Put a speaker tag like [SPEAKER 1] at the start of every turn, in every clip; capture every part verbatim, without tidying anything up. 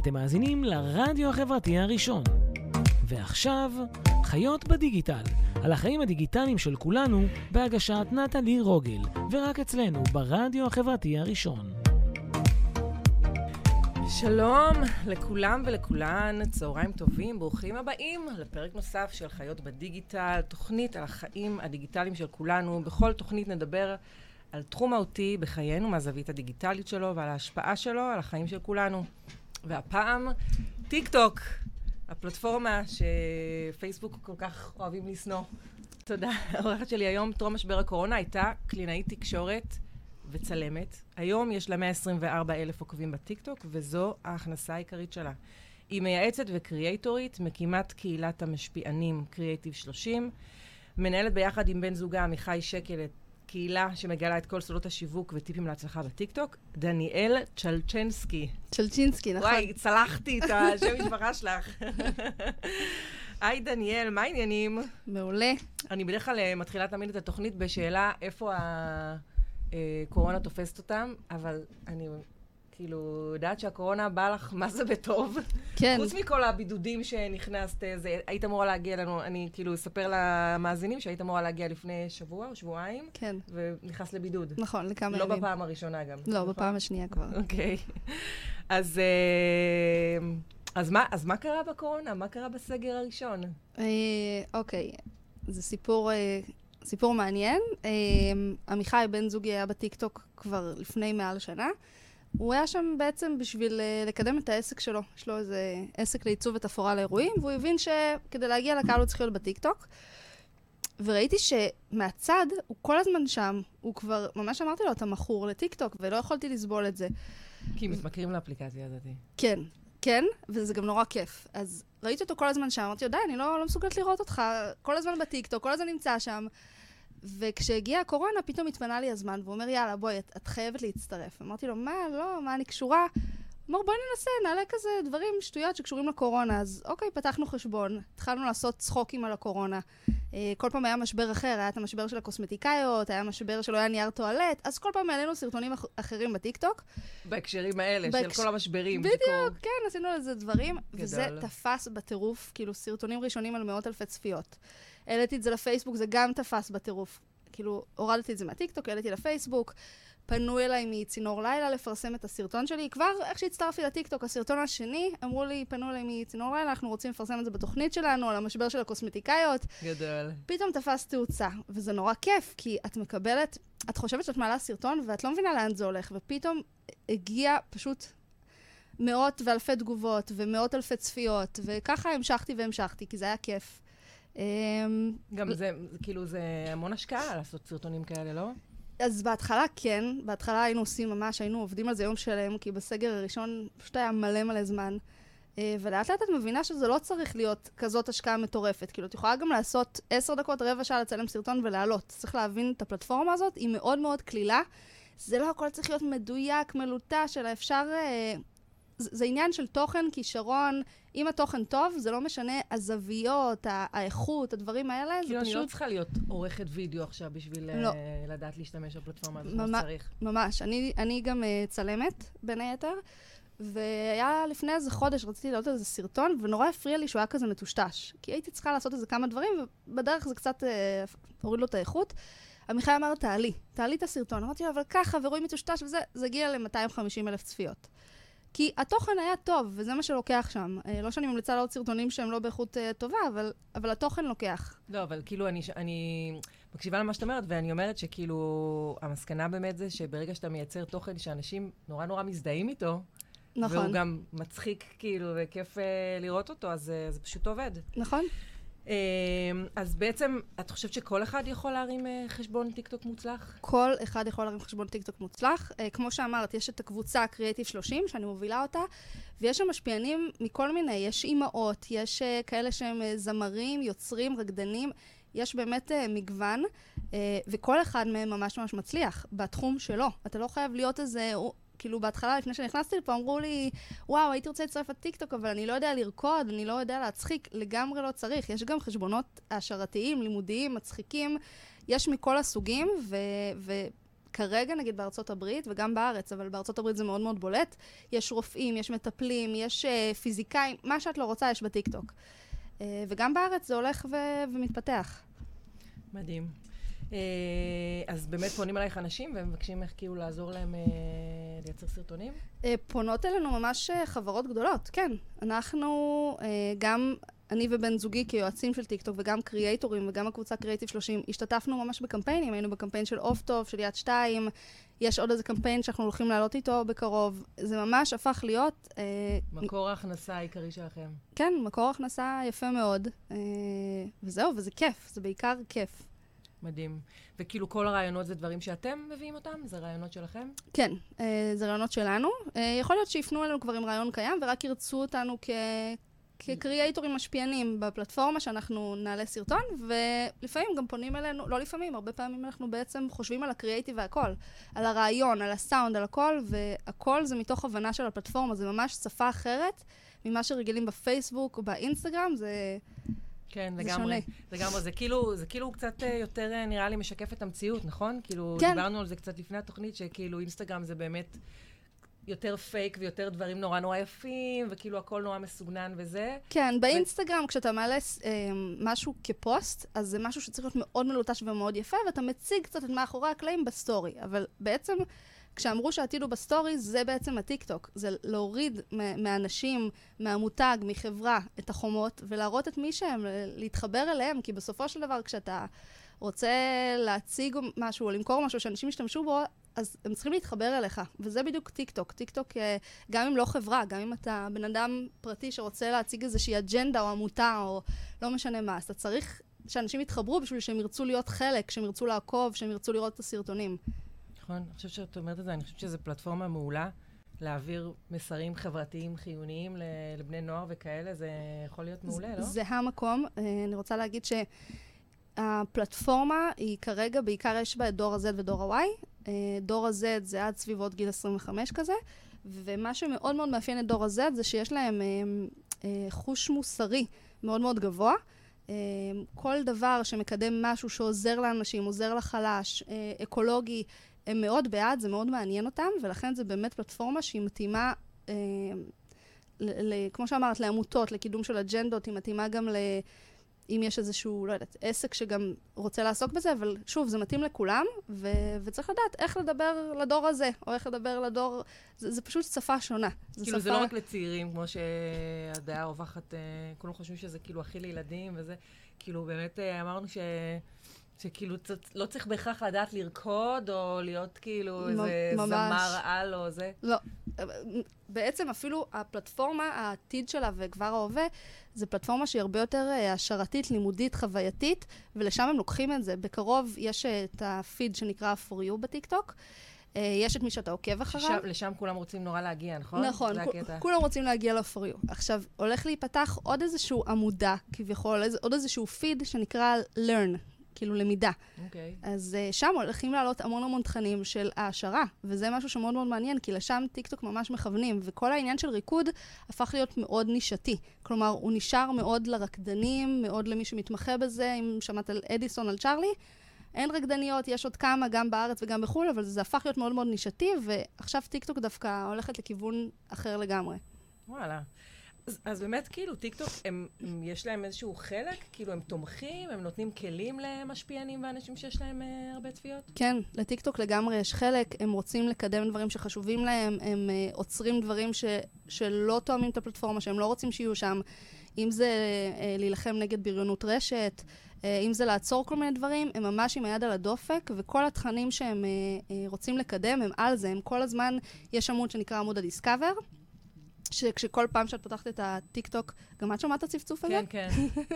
[SPEAKER 1] אתם מאזינים לרדיו החברתי הראשון. ועכשיו, חיות בדיגיטל, על החיים הדיגיטליים של כולנו, בהגשת נטלי רוגל, ורק אצלנו ברדיו החברתי הראשון.
[SPEAKER 2] שלום לכולם ולכולן, צהריים טובים, ברוכים הבאים לפרק נוסף של חיות בדיגיטל, תוכנית על החיים הדיגיטליים של כולנו. בכל תוכנית נדבר על תחום מהותי בחיינו, מהזווית הדיגיטלית שלו ועל ההשפעה שלו על החיים של כולנו. והפעם, טיק טוק, הפלטפורמה שפייסבוק כל כך אוהבים לסנוע. תודה. העורכת שלי היום, טרום משבר הקורונה, הייתה קלינאית תקשורת וצלמת. היום יש לה מאה עשרים וארבעה אלף עוקבים בטיקטוק, וזו ההכנסה העיקרית שלה. היא מייעצת וקריאטורית, מקימת קהילת המשפיענים קריאטיב שלושים, מנהלת ביחד עם בן זוגה עמיחי שקל את קהילה שמגלה את כל סודות השיווק וטיפים להצלחה בטיקטוק, דניאל צ'לצ'נסקי.
[SPEAKER 3] צ'לצ'ינסקי, נכון.
[SPEAKER 2] וואי, צלחתי את השם משפחה שלך. היי דניאל, מה העניינים?
[SPEAKER 3] מעולה.
[SPEAKER 2] אני בדרך כלל מתחילה תמיד את התוכנית בשאלה איפה הקורונה תופסת אותם, אבל אני כאילו יודעת שהקורונה באה לך מה זה בטוב.
[SPEAKER 3] כן.
[SPEAKER 2] חוץ מכל הבידודים שנכנסת, זה, היית אמורה להגיע לנו, אני כאילו אספר למאזינים שהיית אמורה להגיע לפני שבוע או שבועיים.
[SPEAKER 3] כן.
[SPEAKER 2] ונכנס לבידוד.
[SPEAKER 3] נכון, לכמה
[SPEAKER 2] לא
[SPEAKER 3] ימים.
[SPEAKER 2] לא בפעם הראשונה גם.
[SPEAKER 3] לא,
[SPEAKER 2] נכון?
[SPEAKER 3] בפעם השנייה כבר.
[SPEAKER 2] אוקיי. אז, אז, מה, אז מה קרה בקורונה? מה קרה בסגר הראשון?
[SPEAKER 3] אה, אוקיי. זה סיפור, אה, סיפור מעניין. אה, עמיחי בן זוגי היה בטיקטוק כבר לפני מעל שנה. הוא היה שם בעצם בשביל לקדם את העסק שלו. יש לו איזה עסק לעיצוב ותפאורה לאירועים, והוא הבין שכדי להגיע לקהל הוא צריך להיות בטיקטוק. וראיתי שמהצד, הוא כל הזמן שם, הוא כבר, ממש אמרתי לו, אתה מכור לטיקטוק, ולא יכולתי לסבול את זה.
[SPEAKER 2] כי מתמכרים לאפליקציה הזאת.
[SPEAKER 3] כן, כן, וזה גם נורא כיף. אז ראיתי אותו כל הזמן שם, אמרתי לו, די, אני לא, לא מסוגלת לראות אותך, כל הזמן בטיקטוק, כל הזמן נמצא שם. וכשהגיעה הקורונה, פתאום התפנה לי הזמן, והוא אומר, יאללה, בואי, את, את חייבת להצטרף. אמרתי לו, מה, לא, מה, אני קשורה? הוא אומר, בואי ננסה, נעלה כזה דברים, שטויות שקשורים לקורונה. אז אוקיי, פתחנו חשבון, התחלנו לעשות צחוקים על הקורונה. אה, כל פעם היה משבר אחר, היה את המשבר של הקוסמטיקאיות, היה משבר שלא היה נייר טואלט, אז כל פעם העלינו סרטונים אח- אחרים בטיקטוק.
[SPEAKER 2] בהקשרים האלה,
[SPEAKER 3] בהקש...
[SPEAKER 2] של כל המשברים.
[SPEAKER 3] בדיוק,
[SPEAKER 2] שקור...
[SPEAKER 3] כן, עשינו לזה דברים,
[SPEAKER 2] גדול.
[SPEAKER 3] וזה תפס בטירוף, כאילו סרטונים ראשונים על מאות אלפי צפיות. העליתי את זה לפייסבוק, זה גם תפס בטירוף. כאילו, הורדתי את זה מהטיקטוק, העליתי לפייסבוק, פנו אליי מצינור לילה לפרסם את הסרטון שלי. כבר איך שהצטרפתי לטיקטוק, הסרטון השני, אמרו לי, פנו אליי מצינור לילה, אנחנו רוצים לפרסם את זה בתוכנית שלנו, על המשבר של הקוסמטיקאיות.
[SPEAKER 2] גדול.
[SPEAKER 3] פתאום תפס תאוצה, וזה נורא כיף, כי את מקבלת, את חושבת שאת מעלה סרטון, ואת לא מבינה לאן זה הולך, ופתאום הגיע פשוט מאות ואלפי תגובות, ומאות אלפי צפיות, וככה המשכתי והמשכתי, כי זה היה כיף.
[SPEAKER 2] גם זה, כאילו, זה המון השקעה לעשות סרטונים כאלה, לא?
[SPEAKER 3] אז בהתחלה כן, בהתחלה היינו עושים ממש, היינו עובדים על זה יום שלם, כי בסגר הראשון פשוט היה מלא מלא זמן. ולאט לאט את מבינה שזה לא צריך להיות כזאת השקעה מטורפת. כאילו, את יכולה גם לעשות עשר דקות, רבע שעה לצלם סרטון ולעלות. צריך להבין את הפלטפורמה הזאת, היא מאוד מאוד כלילה. זה לא הכל צריך להיות מדויק, מלוטש, אלא אפשר... זה, זה עניין של תוכן, כישרון. אם התוכן טוב, זה לא משנה הזוויות, האיכות, הדברים האלה.
[SPEAKER 2] כאילו, אני
[SPEAKER 3] פשוט...
[SPEAKER 2] לא צריכה להיות עורכת וידאו עכשיו בשביל
[SPEAKER 3] לא.
[SPEAKER 2] uh, לדעת להשתמש בפלטפורמה הזאת,
[SPEAKER 3] ממש,
[SPEAKER 2] כמו שצריך.
[SPEAKER 3] ממש. אני, אני גם uh, צלמת, בין היתר, והיה לפני איזה חודש, רציתי לראות איזה סרטון, ונורא הפריע לי שהוא היה כזה מטושטש. כי הייתי צריכה לעשות איזה כמה דברים, ובדרך זה קצת uh, הוריד לו את האיכות. עמיחי אמר, תעלי, תעלי את הסרטון. אמרתי לו, אבל ככה, ורואים מטושטש, וזה זה הגיע ל-מאתיים וחמישים אלף צפיות. כי התוכן היה טוב, וזה מה שלוקח שם. לא שאני ממליצה לעוד סרטונים שהם לא באיכות uh, טובה, אבל, אבל התוכן לוקח.
[SPEAKER 2] לא, אבל כאילו אני, אני מקשיבה למה שאת אומרת, ואני אומרת שכאילו, המסקנה באמת זה שברגע שאתה מייצר תוכן שאנשים נורא נורא מזדהים איתו,
[SPEAKER 3] נכון.
[SPEAKER 2] והוא גם מצחיק כאילו, וכיף uh, לראות אותו, אז uh, זה פשוט עובד.
[SPEAKER 3] נכון.
[SPEAKER 2] Um, אז בעצם, את חושבת שכל אחד יכול להרים uh, חשבון טיקטוק מוצלח?
[SPEAKER 3] כל אחד יכול להרים חשבון טיקטוק מוצלח. Uh, כמו שאמרת, יש את הקבוצה קריאטיב שלושים, שאני מובילה אותה, ויש שם משפיענים מכל מיני, יש אימהות, יש uh, כאלה שהם uh, זמרים, יוצרים, רקדנים, יש באמת uh, מגוון, uh, וכל אחד מהם ממש ממש מצליח בתחום שלו. אתה לא חייב להיות איזה... כאילו בהתחלה, לפני שנכנסתי לפה, אמרו לי, וואו, הייתי רוצה לצרף לטיקטוק, אבל אני לא יודע לרקוד, אני לא יודע להצחיק, לגמרי לא צריך. יש גם חשבונות העשרתיים, לימודיים, מצחיקים, יש מכל הסוגים, ו... ו- כרגע נגיד בארצות הברית, וגם בארץ, אבל בארצות הברית זה מאוד מאוד בולט, יש רופאים, יש מטפלים, יש uh, פיזיקאים, מה שאת לא רוצה יש בטיקטוק. Uh, וגם בארץ זה הולך ו- ומתפתח.
[SPEAKER 2] מדהים. Uh, אז באמת פונים עלייך אנשים ומבקשים איך כאילו לעזור להם uh, לייצר סרטונים?
[SPEAKER 3] Uh, פונות אלינו ממש uh, חברות גדולות, כן. אנחנו uh, גם... אני ובן זוגי כיועצים של טיקטוק וגם קריאייטורים וגם הקבוצה קריאייטיב שלושים, השתתפנו ממש בקמפיינים, היינו בקמפיין של אוף טוב, של יד שתיים, יש עוד איזה קמפיין שאנחנו הולכים לעלות איתו בקרוב, זה ממש הפך להיות... אה,
[SPEAKER 2] מקור ההכנסה העיקרי שלכם.
[SPEAKER 3] כן, מקור ההכנסה יפה מאוד, אה, וזהו, וזה כיף, זה בעיקר כיף.
[SPEAKER 2] מדהים. וכאילו כל הרעיונות זה דברים שאתם מביאים אותם? זה רעיונות שלכם?
[SPEAKER 3] כן, אה, זה רעיונות שלנו. אה, יכול להיות שיפנו אלינו כבר עם רעיון קיים ורק ירצו אותנו כ... כקריאייטורים משפיענים בפלטפורמה שאנחנו נעלה סרטון, ולפעמים גם פונים אלינו, לא לפעמים, הרבה פעמים אנחנו בעצם חושבים על הקריאייטיב והכל, על הרעיון, על הסאונד, על הכל, והכל זה מתוך הבנה של הפלטפורמה, זה ממש שפה אחרת ממה שרגילים בפייסבוק או באינסטגרם, זה...
[SPEAKER 2] כן,
[SPEAKER 3] זה
[SPEAKER 2] לגמרי.
[SPEAKER 3] שונה.
[SPEAKER 2] לגמרי, זה כאילו, זה כאילו קצת יותר נראה לי משקף את המציאות, נכון? כאילו,
[SPEAKER 3] כן.
[SPEAKER 2] דיברנו על זה קצת לפני התוכנית, שכאילו אינסטגרם זה באמת יותר פייק ויותר דברים נורא נורא יפים, וכאילו הכל נורא מסוגנן וזה.
[SPEAKER 3] כן, באינסטגרם, ו... כשאתה מעלה אה, משהו כפוסט, אז זה משהו שצריך להיות מאוד מלוטש ומאוד יפה, ואתה מציג קצת את מאחורי הקלעים בסטורי. אבל בעצם, כשאמרו שעתידו בסטורי, זה בעצם הטיקטוק. זה להוריד מהאנשים, מהמותג, מחברה, את החומות, ולהראות את מי שהם, להתחבר אליהם, כי בסופו של דבר, כשאתה רוצה להציג משהו או למכור משהו שאנשים ישתמשו בו, אז הם צריכים להתחבר אליך, וזה בדיוק טיקטוק. טיקטוק, גם אם לא חברה, גם אם אתה בן אדם פרטי שרוצה להציג איזושהי אג'נדה או עמותה, או לא משנה מה, אז אתה צריך שאנשים יתחברו בשביל שהם ירצו להיות חלק, שהם ירצו לעקוב, שהם ירצו לראות את הסרטונים.
[SPEAKER 2] נכון, אני חושבת שאת אומרת את זה, אני חושבת שזו פלטפורמה מעולה, להעביר מסרים חברתיים חיוניים לבני נוער וכאלה, זה יכול להיות מעולה, לא?
[SPEAKER 3] זה המקום. אני רוצה להגיד שהפלטפורמה היא כרגע, בעיקר יש בה את דור ה-Z ודור ה-Y, דור ה-Z זה עד סביבות גיל עשרים וחמש כזה, ומה שמאוד מאוד מאפיין את דור ה-Z זה שיש להם אה, אה, חוש מוסרי מאוד מאוד גבוה. אה, כל דבר שמקדם משהו שעוזר לאנשים, עוזר לחלש, אה, אקולוגי, הם מאוד בעד, זה מאוד מעניין אותם, ולכן זה באמת פלטפורמה שהיא מתאימה, אה, ל- ל- כמו שאמרת, לעמותות, לקידום של אג'נדות, היא מתאימה גם ל... אם יש איזשהו, לא יודעת, עסק שגם רוצה לעסוק בזה, אבל שוב, זה מתאים לכולם, ו- וצריך לדעת איך לדבר לדור הזה, או איך לדבר לדור, זה, זה פשוט שפה שונה. זה
[SPEAKER 2] כאילו
[SPEAKER 3] שפה...
[SPEAKER 2] זה לא רק לצעירים, כמו שהדעה הרווחת, כולם חושבים שזה כאילו הכי לילדים, וזה, כאילו באמת אמרנו ש... שכאילו לא צריך בהכרח לדעת לרקוד, או להיות כאילו איזה זמר על או זה.
[SPEAKER 3] לא. בעצם אפילו הפלטפורמה, העתיד שלה וכבר ההווה, זה פלטפורמה שהיא הרבה יותר השערתית, לימודית, חווייתית, ולשם הם לוקחים את זה. בקרוב יש את הפיד שנקרא For You בטיקטוק, יש את מי שאתה עוקב אחריו.
[SPEAKER 2] לשם כולם רוצים נורא להגיע, נכון?
[SPEAKER 3] נכון, כולם רוצים להגיע ל-For You. עכשיו, הולך להיפתח עוד איזשהו עמודה, כביכול, עוד איזשהו פיד שנקרא Learn. כאילו למידה.
[SPEAKER 2] אוקיי.
[SPEAKER 3] Okay. אז uh, שם הולכים לעלות המון המון תכנים של העשרה, וזה משהו שמאוד מאוד מעניין, כי לשם טיקטוק ממש מכוונים, וכל העניין של ריקוד הפך להיות מאוד נישתי. כלומר, הוא נשאר מאוד לרקדנים, מאוד למי שמתמחה בזה, אם שמעת על אדיסון, על צ'רלי, אין רקדניות, יש עוד כמה, גם בארץ וגם בחול, אבל זה הפך להיות מאוד מאוד נישתי, ועכשיו טיקטוק דווקא הולכת לכיוון אחר לגמרי.
[SPEAKER 2] וואלה. אז, אז באמת, כאילו, טיקטוק, הם, הם, יש להם איזשהו חלק? כאילו, הם תומכים, הם נותנים כלים למשפיענים ואנשים שיש להם אה, הרבה צפיות?
[SPEAKER 3] כן, לטיקטוק לגמרי יש חלק, הם רוצים לקדם דברים שחשובים להם, הם אה, עוצרים דברים ש, שלא תואמים את הפלטפורמה, שהם לא רוצים שיהיו שם, אם זה אה, להילחם נגד בריונות רשת, אה, אם זה לעצור כל מיני דברים, הם ממש עם היד על הדופק, וכל התכנים שהם אה, אה, רוצים לקדם, הם על זה, הם כל הזמן, יש עמוד שנקרא עמוד הדיסקאבר, שכשכל פעם שאת פותחת את הטיקטוק, גם את שומעת את הצפצוף הזה?
[SPEAKER 2] כן, כן.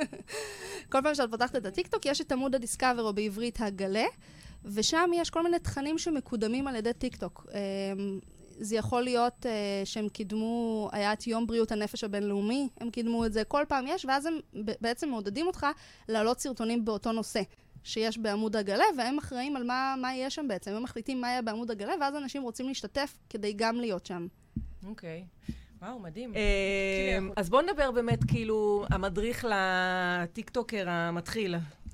[SPEAKER 3] כל פעם שאת פותחת את הטיקטוק, יש את עמוד הדיסקאבר, או בעברית הגלה, ושם יש כל מיני תכנים שמקודמים על ידי טיקטוק. זה יכול להיות שהם קידמו, היה את יום בריאות הנפש הבינלאומי, הם קידמו את זה, כל פעם יש, ואז הם בעצם מעודדים אותך להעלות סרטונים באותו נושא. שיש בעמוד הגלה, והם אחראים על מה, מה יש שם בעצם. הם מחליטים מה יהיה בעמוד הגלה, ואז אנשים רוצים להשתתף כדי גם להיות שם.
[SPEAKER 2] אוקיי. וואו, מדהים. אז בואו נדבר באמת, כאילו, המדריך לטיקטוקר המתחיל.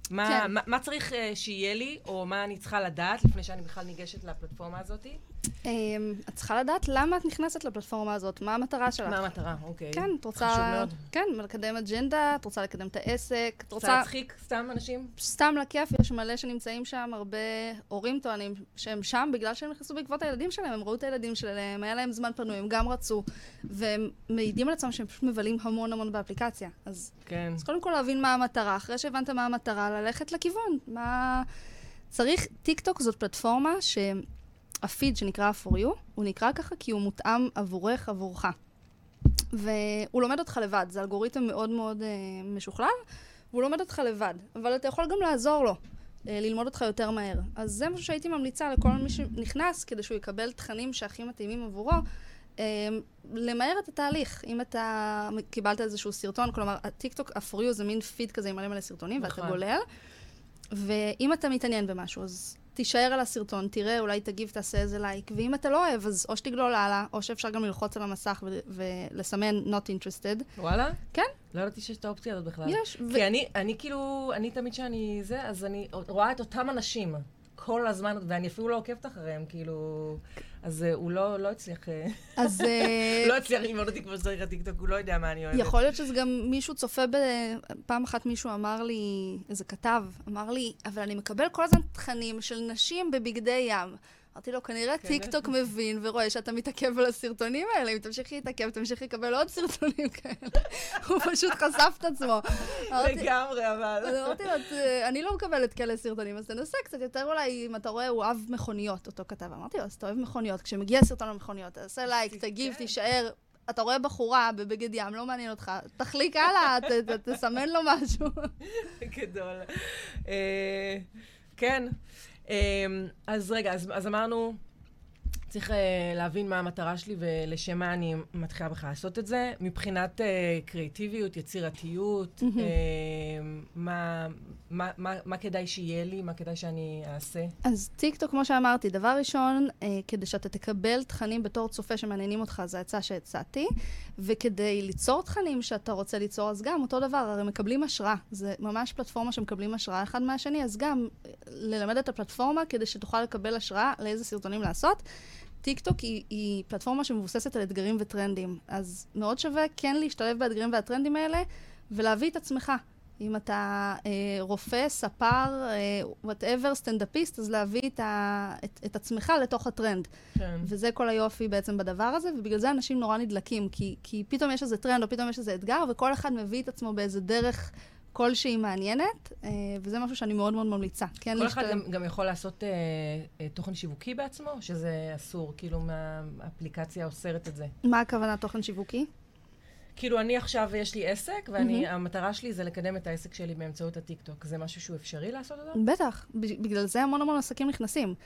[SPEAKER 2] מה,
[SPEAKER 3] כן.
[SPEAKER 2] מה, מה צריך uh, שיהיה לי, או מה אני צריכה לדעת לפני שאני בכלל ניגשת לפלטפורמה הזאת?
[SPEAKER 3] Um, את צריכה לדעת למה את נכנסת לפלטפורמה הזאת, מה המטרה שלך.
[SPEAKER 2] מה המטרה, אוקיי.
[SPEAKER 3] כן, את רוצה...
[SPEAKER 2] חשוב מאוד.
[SPEAKER 3] כן, לקדם אג'נדה, את רוצה לקדם את העסק, את
[SPEAKER 2] רוצה
[SPEAKER 3] רוצה...
[SPEAKER 2] להצחיק סתם אנשים?
[SPEAKER 3] סתם לכיף, יש מלא שנמצאים שם, הרבה הורים טוענים שהם שם בגלל שהם נכנסו בעקבות הילדים שלהם, הם ראו את הילדים שלהם, היה להם זמן פנוי, הם גם רצו, והם מעידים על עצמם שהם פשוט מבלים המון המון באפליקציה. אז,
[SPEAKER 2] כן.
[SPEAKER 3] אז קודם כל להבין מה המטרה, אחרי שהבנת מה המטרה, ללכת לכיוון. מה... צריך, טיקטוק זאת פלטפורמה שהפיד שנקרא for you, הוא נקרא ככה כי הוא מותאם עבורך, עבורך. והוא לומד אותך לבד, זה אלגוריתם מאוד מאוד אה, משוכלל, והוא לומד אותך לבד, אבל אתה יכול גם לעזור לו, אה, ללמוד אותך יותר מהר. אז זה משהו שהייתי ממליצה לכל מי שנכנס, כדי שהוא יקבל תכנים שהכי מתאימים עבורו, אה, למהר את התהליך. אם אתה קיבלת איזשהו סרטון, כלומר, הטיקטוק, ה-for you זה מין פיד כזה עם מלא מלא סרטונים, ואתה גולל, ואם אתה מתעניין במשהו, אז תישאר על הסרטון, תראה, אולי תגיב, תעשה איזה לייק, ואם אתה לא אוהב, אז או שתגלול הלאה, או שאפשר גם ללחוץ על המסך ו- ולסמן not interested.
[SPEAKER 2] וואלה?
[SPEAKER 3] כן.
[SPEAKER 2] לא ידעתי שיש את האופציה הזאת בכלל.
[SPEAKER 3] יש.
[SPEAKER 2] כי ו... אני, אני כאילו, אני תמיד שאני זה, אז אני רואה את אותם אנשים כל הזמן, ואני אפילו לא עוקבת אחריהם, כאילו... אז הוא לא, לא הצליח...
[SPEAKER 3] אז...
[SPEAKER 2] לא הצליח ללמוד אותי כמו שצריך הטיקטוק, הוא לא יודע מה אני אוהבת.
[SPEAKER 3] יכול להיות שזה גם מישהו צופה ב... פעם אחת מישהו אמר לי, איזה כתב, אמר לי, אבל אני מקבל כל הזמן תכנים של נשים בבגדי ים. אמרתי לו, כנראה טיקטוק מבין ורואה שאתה מתעכב על הסרטונים האלה, אם תמשיכי להתעכב, תמשיכי לקבל עוד סרטונים כאלה. הוא פשוט חשף את עצמו.
[SPEAKER 2] לגמרי, אבל...
[SPEAKER 3] אמרתי לו, אני לא מקבלת כאלה סרטונים, אז תנסה קצת יותר אולי, אם אתה רואה, הוא אוהב מכוניות, אותו כתב. אמרתי לו, אז אתה אוהב מכוניות, כשמגיע סרטון למכוניות, תעשה לייק, תגיב, תישאר. אתה רואה בחורה בבגד ים, לא מעניין אותך, תחליק הלאה, תסמן לו משהו.
[SPEAKER 2] גדול. כן. אז רגע, אז, אז אמרנו, צריך uh, להבין מה המטרה שלי ולשם מה אני מתחילה בכלל לעשות את זה. מבחינת uh, קריאטיביות, יצירתיות, mm-hmm. uh, מה, מה, מה, מה כדאי שיהיה לי, מה כדאי שאני אעשה?
[SPEAKER 3] אז טיקטוק, כמו שאמרתי, דבר ראשון, uh, כדי שאתה תקבל תכנים בתור צופה שמעניינים אותך, זה הצעה שהצעתי, וכדי ליצור תכנים שאתה רוצה ליצור, אז גם אותו דבר, הרי מקבלים השראה. זה ממש פלטפורמה שמקבלים השראה אחד מהשני, אז גם ללמד את הפלטפורמה כדי שתוכל לקבל השראה לאיזה סרטונים לעשות. טיקטוק היא, היא פלטפורמה שמבוססת על אתגרים וטרנדים, אז מאוד שווה כן להשתלב באתגרים והטרנדים האלה, ולהביא את עצמך. אם אתה אה, רופא, ספר, אה, whatever, סטנדאפיסט, אז להביא את, ה, את, את עצמך לתוך הטרנד. כן. וזה כל היופי בעצם בדבר הזה, ובגלל זה אנשים נורא נדלקים, כי, כי פתאום יש איזה טרנד, או פתאום יש איזה אתגר, וכל אחד מביא את עצמו באיזה דרך כלשהי מעניינת, אה, וזה משהו שאני מאוד מאוד ממליצה. כן,
[SPEAKER 2] כל אחד גם, גם יכול לעשות אה, אה, תוכן שיווקי בעצמו, או שזה אסור? כאילו, מהאפליקציה אוסרת את זה?
[SPEAKER 3] מה הכוונה תוכן שיווקי?
[SPEAKER 2] כאילו, אני עכשיו, יש לי עסק, והמטרה שלי זה לקדם את העסק שלי באמצעות הטיקטוק. זה משהו שהוא אפשרי לעשות אותו?
[SPEAKER 3] בטח. בגלל זה המון המון עסקים נכנסים.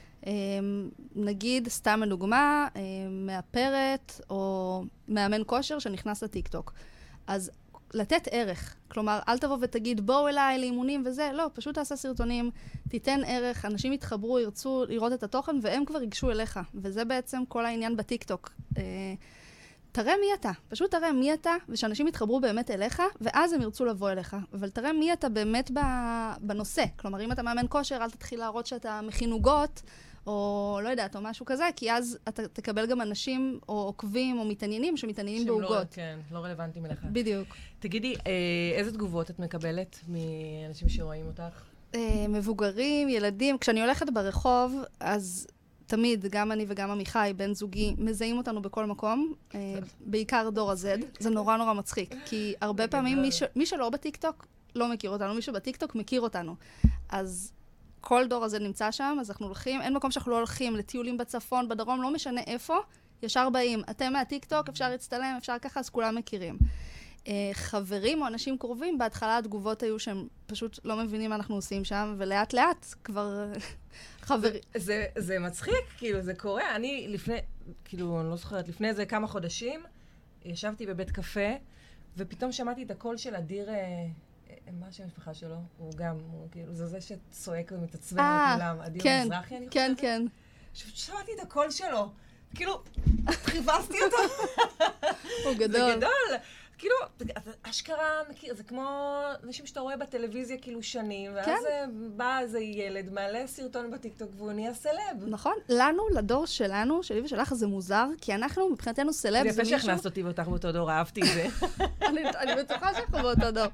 [SPEAKER 3] נגיד, סתם לדוגמה, מאפרת או מאמן כושר שנכנס לטיקטוק. אז לתת ערך. כלומר, אל תבוא ותגיד, בואו אליי לאימונים וזה. לא, פשוט תעשה סרטונים, תיתן ערך, אנשים יתחברו, ירצו לראות את התוכן, והם כבר ייגשו אליך. וזה בעצם כל העניין בטיקטוק. תראה מי אתה, פשוט תראה מי אתה, ושאנשים יתחברו באמת אליך, ואז הם ירצו לבוא אליך. אבל תראה מי אתה באמת בנושא. כלומר, אם אתה מאמן כושר, אל תתחיל להראות שאתה מכין עוגות, או לא יודעת, או משהו כזה, כי אז אתה תקבל גם אנשים, או עוקבים, או מתעניינים, שמתעניינים בעוגות.
[SPEAKER 2] לא, כן, לא רלוונטיים אליך.
[SPEAKER 3] בדיוק.
[SPEAKER 2] תגידי, איזה תגובות את מקבלת מאנשים שרואים אותך?
[SPEAKER 3] מבוגרים, ילדים. כשאני הולכת ברחוב, אז תמיד, גם אני וגם עמיחי, בן זוגי, מזהים אותנו בכל מקום, בעיקר דור ה-Z. זה נורא נורא מצחיק, כי הרבה פעמים מי שלא בטיקטוק לא מכיר אותנו, מי שבטיקטוק מכיר אותנו. אז כל דור הזה נמצא שם, אז אנחנו הולכים, אין מקום שאנחנו לא הולכים לטיולים בצפון, בדרום, לא משנה איפה, ישר באים. אתם מהטיקטוק, אפשר להצטלם, אפשר ככה, אז כולם מכירים. חברים או אנשים קרובים, בהתחלה התגובות היו שהם פשוט לא מבינים מה אנחנו עושים שם, ולאט לאט כבר חברים.
[SPEAKER 2] זה, זה מצחיק, כאילו, זה קורה. אני לפני, כאילו, אני לא זוכרת, לפני איזה כמה חודשים, ישבתי בבית קפה, ופתאום שמעתי את הקול של אדיר, מה השם המשפחה שלו? הוא גם, הוא כאילו, זה זה שצועק ומתעצבן לכולם. אדיר מזרחי, אני חושבת.
[SPEAKER 3] כן, כן.
[SPEAKER 2] שמעתי את הקול שלו. כאילו, חיפשתי אותו.
[SPEAKER 3] הוא גדול.
[SPEAKER 2] זה גדול. כאילו, אשכרה מכיר, זה כמו אנשים שאתה רואה בטלוויזיה כאילו שנים, ואז בא איזה ילד, מעלה סרטון בטיקטוק והוא נהיה סלב.
[SPEAKER 3] נכון. לנו, לדור שלנו, שלי ושלך, זה מוזר, כי אנחנו, מבחינתנו סלב,
[SPEAKER 2] זה יפה שהכנסת אותי ואותך באותו דור, אהבתי את זה.
[SPEAKER 3] אני בטוחה שאנחנו באותו דור.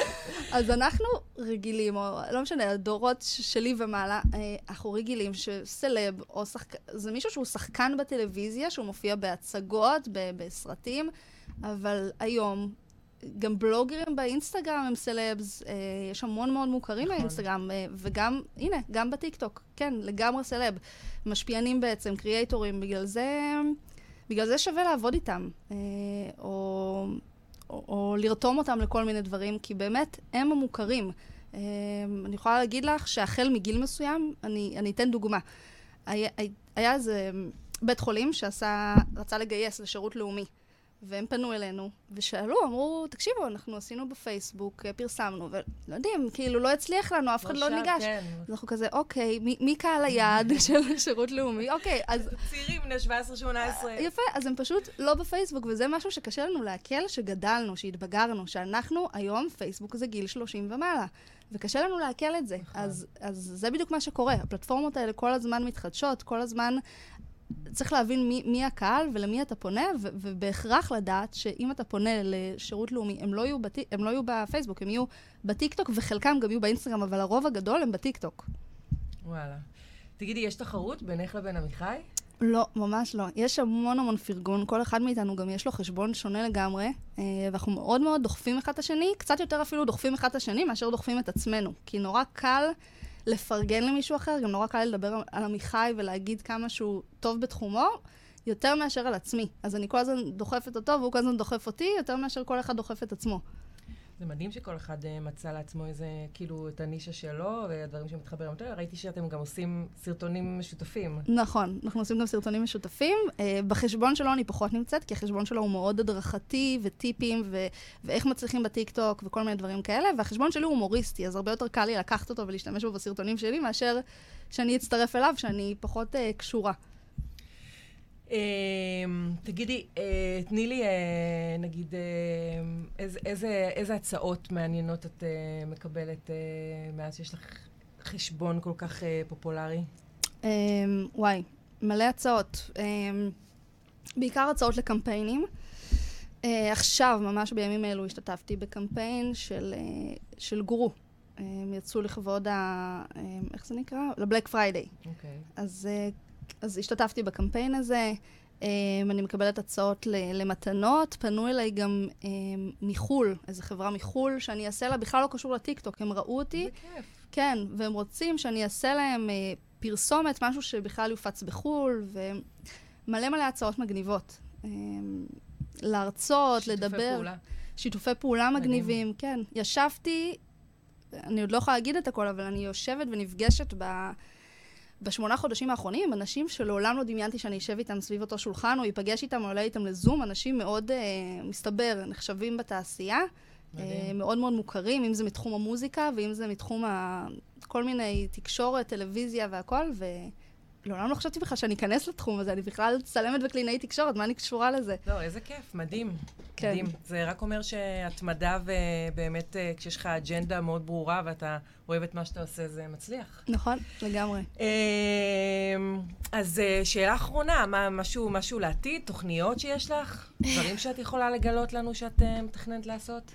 [SPEAKER 3] אז אנחנו רגילים, או לא משנה, הדורות שלי ומעלה, אנחנו רגילים שסלב, או שחקן, זה מישהו שהוא שחקן בטלוויזיה, שהוא מופיע בהצגות, בסרטים, אבל היום, גם בלוגרים באינסטגרם הם סלבס, אה, יש המון מאוד מוכרים נכון. באינסטגרם, אה, וגם, הנה, גם בטיקטוק, כן, לגמרי סלב. משפיענים בעצם, קריאייטורים, בגלל זה, בגלל זה שווה לעבוד איתם, אה, או, או, או לרתום אותם לכל מיני דברים, כי באמת הם המוכרים. אה, אני יכולה להגיד לך שהחל מגיל מסוים, אני, אני אתן דוגמה. היה, היה איזה בית חולים שעשה, רצה לגייס לשירות לאומי. והם פנו אלינו, ושאלו, אמרו, תקשיבו, אנחנו עשינו בפייסבוק, פרסמנו, ולא יודעים, כאילו לא הצליח לנו, אף אחד לא ניגש. אז אנחנו כזה, אוקיי, מי קהל היעד של שירות לאומי? אוקיי, אז...
[SPEAKER 2] צעירים בני שבע עשרה שמונה עשרה.
[SPEAKER 3] יפה, אז הם פשוט לא בפייסבוק, וזה משהו שקשה לנו להקל, שגדלנו, שהתבגרנו, שאנחנו היום, פייסבוק זה גיל שלושים ומעלה. וקשה לנו להקל את זה. אז זה בדיוק מה שקורה. הפלטפורמות האלה כל הזמן מתחדשות, כל הזמן... צריך להבין מי, מי הקהל ולמי אתה פונה, ו- ובהכרח לדעת שאם אתה פונה לשירות לאומי, הם לא יהיו, בת- הם לא יהיו בפייסבוק, הם יהיו בטיקטוק, וחלקם גם יהיו באינסטגרם, אבל הרוב הגדול הם בטיקטוק.
[SPEAKER 2] וואלה. תגידי, יש תחרות בינך לבין עמיחי?
[SPEAKER 3] לא, ממש לא. יש המון המון פרגון, כל אחד מאיתנו גם יש לו חשבון שונה לגמרי, ואנחנו מאוד מאוד דוחפים אחד את השני, קצת יותר אפילו דוחפים אחד את השני, מאשר דוחפים את עצמנו. כי נורא קל... לפרגן למישהו אחר, גם נורא קל לדבר על עמיחי ולהגיד כמה שהוא טוב בתחומו, יותר מאשר על עצמי. אז אני כל הזמן דוחפת אותו, והוא כל הזמן דוחף אותי, יותר מאשר כל אחד דוחף את עצמו.
[SPEAKER 2] זה מדהים שכל אחד מצא לעצמו איזה, כאילו, את הנישה שלו, והדברים שמתחברים יותר. ראיתי שאתם גם עושים סרטונים משותפים.
[SPEAKER 3] נכון, אנחנו עושים גם סרטונים משותפים. בחשבון שלו אני פחות נמצאת, כי החשבון שלו הוא מאוד הדרכתי, וטיפים, ו- ואיך מצליחים בטיקטוק, וכל מיני דברים כאלה. והחשבון שלי הוא הומוריסטי, אז הרבה יותר קל לי לקחת אותו ולהשתמש בו בסרטונים שלי, מאשר שאני אצטרף אליו, שאני פחות uh, קשורה.
[SPEAKER 2] תגידי, תני לי, נגיד, איזה הצעות מעניינות את מקבלת מאז שיש לך חשבון כל כך פופולרי?
[SPEAKER 3] וואי, מלא הצעות. בעיקר הצעות לקמפיינים. עכשיו, ממש בימים אלו, השתתפתי בקמפיין של גורו. הם יצאו לכבוד ה... איך זה נקרא? לבלק פריידיי.
[SPEAKER 2] אוקיי.
[SPEAKER 3] אז... אז השתתפתי בקמפיין הזה, אני מקבלת הצעות למתנות, פנו אליי גם מחול, איזו חברה מחול, שאני אעשה לה, בכלל לא קשור לטיקטוק, הם ראו אותי.
[SPEAKER 2] זה כיף.
[SPEAKER 3] כן, והם רוצים שאני אעשה להם פרסומת, משהו שבכלל יופץ בחול, ומלא מלא הצעות מגניבות. להרצות, לדבר.
[SPEAKER 2] שיתופי פעולה.
[SPEAKER 3] שיתופי פעולה מגניבים, כן. ישבתי, אני עוד לא יכולה להגיד את הכל, אבל אני יושבת ונפגשת ב... בשמונה חודשים האחרונים, עם אנשים שלעולם לא דמיינתי שאני אשב איתם סביב אותו שולחן, או ייפגש איתם, או עולה איתם לזום, אנשים מאוד, אה, מסתבר, נחשבים בתעשייה, אה, מאוד מאוד מוכרים, אם זה מתחום המוזיקה, ואם זה מתחום ה... כל מיני תקשורת, טלוויזיה והכל, ולעולם לא חשבתי בכלל שאני אכנס לתחום הזה, אני בכלל צלמת וקלינאי תקשורת, מה אני קשורה לזה?
[SPEAKER 2] לא, איזה כיף, מדהים.
[SPEAKER 3] כן.
[SPEAKER 2] מדהים. זה רק אומר שהתמדה ובאמת, כשיש לך אג'נדה מאוד ברורה, ואתה אוהב את מה שאתה עושה, זה מצליח.
[SPEAKER 3] נכון, לגמרי.
[SPEAKER 2] אז שאלה אחרונה, משהו, משהו לעתיד, תוכניות שיש לך? דברים שאת יכולה לגלות לנו שאת מתכננת לעשות?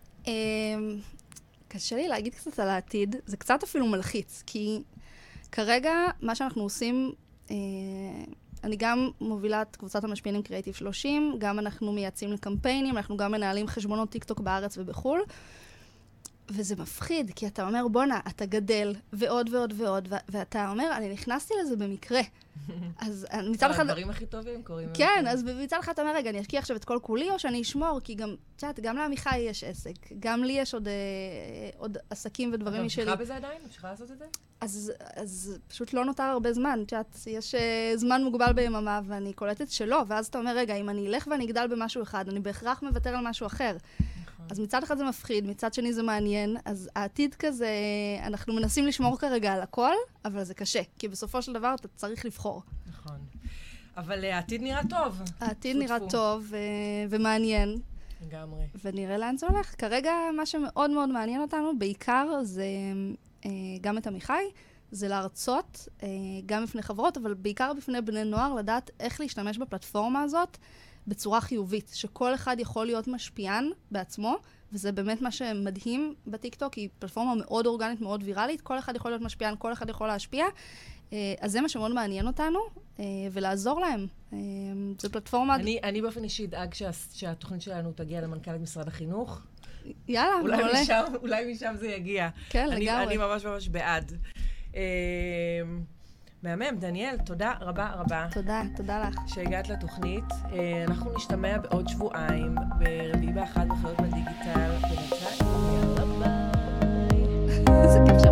[SPEAKER 3] קשה לי להגיד קצת על העתיד, זה קצת אפילו מלחיץ, כי כרגע מה שאנחנו עושים, אני גם מובילה את קבוצת המשפיענים קריאיטיב שלושים, גם אנחנו מייעצים לקמפיינים, אנחנו גם מנהלים חשבונות טיקטוק בארץ ובחול, וזה מפחיד, כי אתה אומר, בונה, אתה גדל, ועוד ועוד ועוד, ואתה אומר, אני נכנסתי לזה במקרה. אז מצד אחד...
[SPEAKER 2] הדברים הכי טובים קוראים.
[SPEAKER 3] כן, אז מצד אחד אתה אומר, רגע, אני אשקיע עכשיו את כל כולי, או שאני אשמור, כי גם, תשעת, גם לעמיחי יש עסק, גם לי יש עוד, עוד עסקים ודברים משלי.
[SPEAKER 2] אתה ממשיכה בזה עדיין? ממשיכה לעשות את זה?
[SPEAKER 3] אז, אז פשוט לא נותר הרבה זמן, תשעת, יש זמן מוגבל ביממה, ואני קולטת שלא, ואז אתה אומר, רגע, אם אני אלך ואני אגדל במשהו אחד, אני בהכרח מוותר על משהו אחר. אז מצד אחד זה מפחיד, מצד שני זה מעניין, אז העתיד כזה, אנחנו מנסים לשמור כרגע על הכל, אבל זה קשה, כי בסופו של דבר אתה צריך לבחור.
[SPEAKER 2] נכון. אבל העתיד נראה טוב.
[SPEAKER 3] העתיד נראה טוב ומעניין.
[SPEAKER 2] לגמרי.
[SPEAKER 3] ונראה לאן זה הולך. כרגע מה שמאוד מאוד מעניין אותנו, בעיקר זה אה, גם את עמיחי, זה להרצות, אה, גם בפני חברות, אבל בעיקר בפני בני נוער, לדעת איך להשתמש בפלטפורמה הזאת בצורה חיובית, שכל אחד יכול להיות משפיען בעצמו, וזה באמת מה שמדהים בטיקטוק, היא פלטפורמה מאוד אורגנית, מאוד ויראלית, כל אחד יכול להיות משפיען, כל אחד יכול להשפיע, אז זה מה שמאוד מעניין אותנו, ולעזור להם. זו פלטפורמה...
[SPEAKER 2] אני, אני באופן אישי אדאג שה, שהתוכנית שלנו תגיע למנכ"לית משרד החינוך.
[SPEAKER 3] יאללה,
[SPEAKER 2] אולי
[SPEAKER 3] מעולה.
[SPEAKER 2] משם, אולי משם זה יגיע.
[SPEAKER 3] כן,
[SPEAKER 2] אני,
[SPEAKER 3] לגמרי.
[SPEAKER 2] אני ממש ממש בעד. מהמם, דניאל, תודה רבה רבה.
[SPEAKER 3] תודה, תודה לך.
[SPEAKER 2] שהגעת לתוכנית. אנחנו נשתמע בעוד שבועיים, ברביעי באחד בחיות בדיגיטל. בינתיים, יאללה ביי.
[SPEAKER 3] זה כיף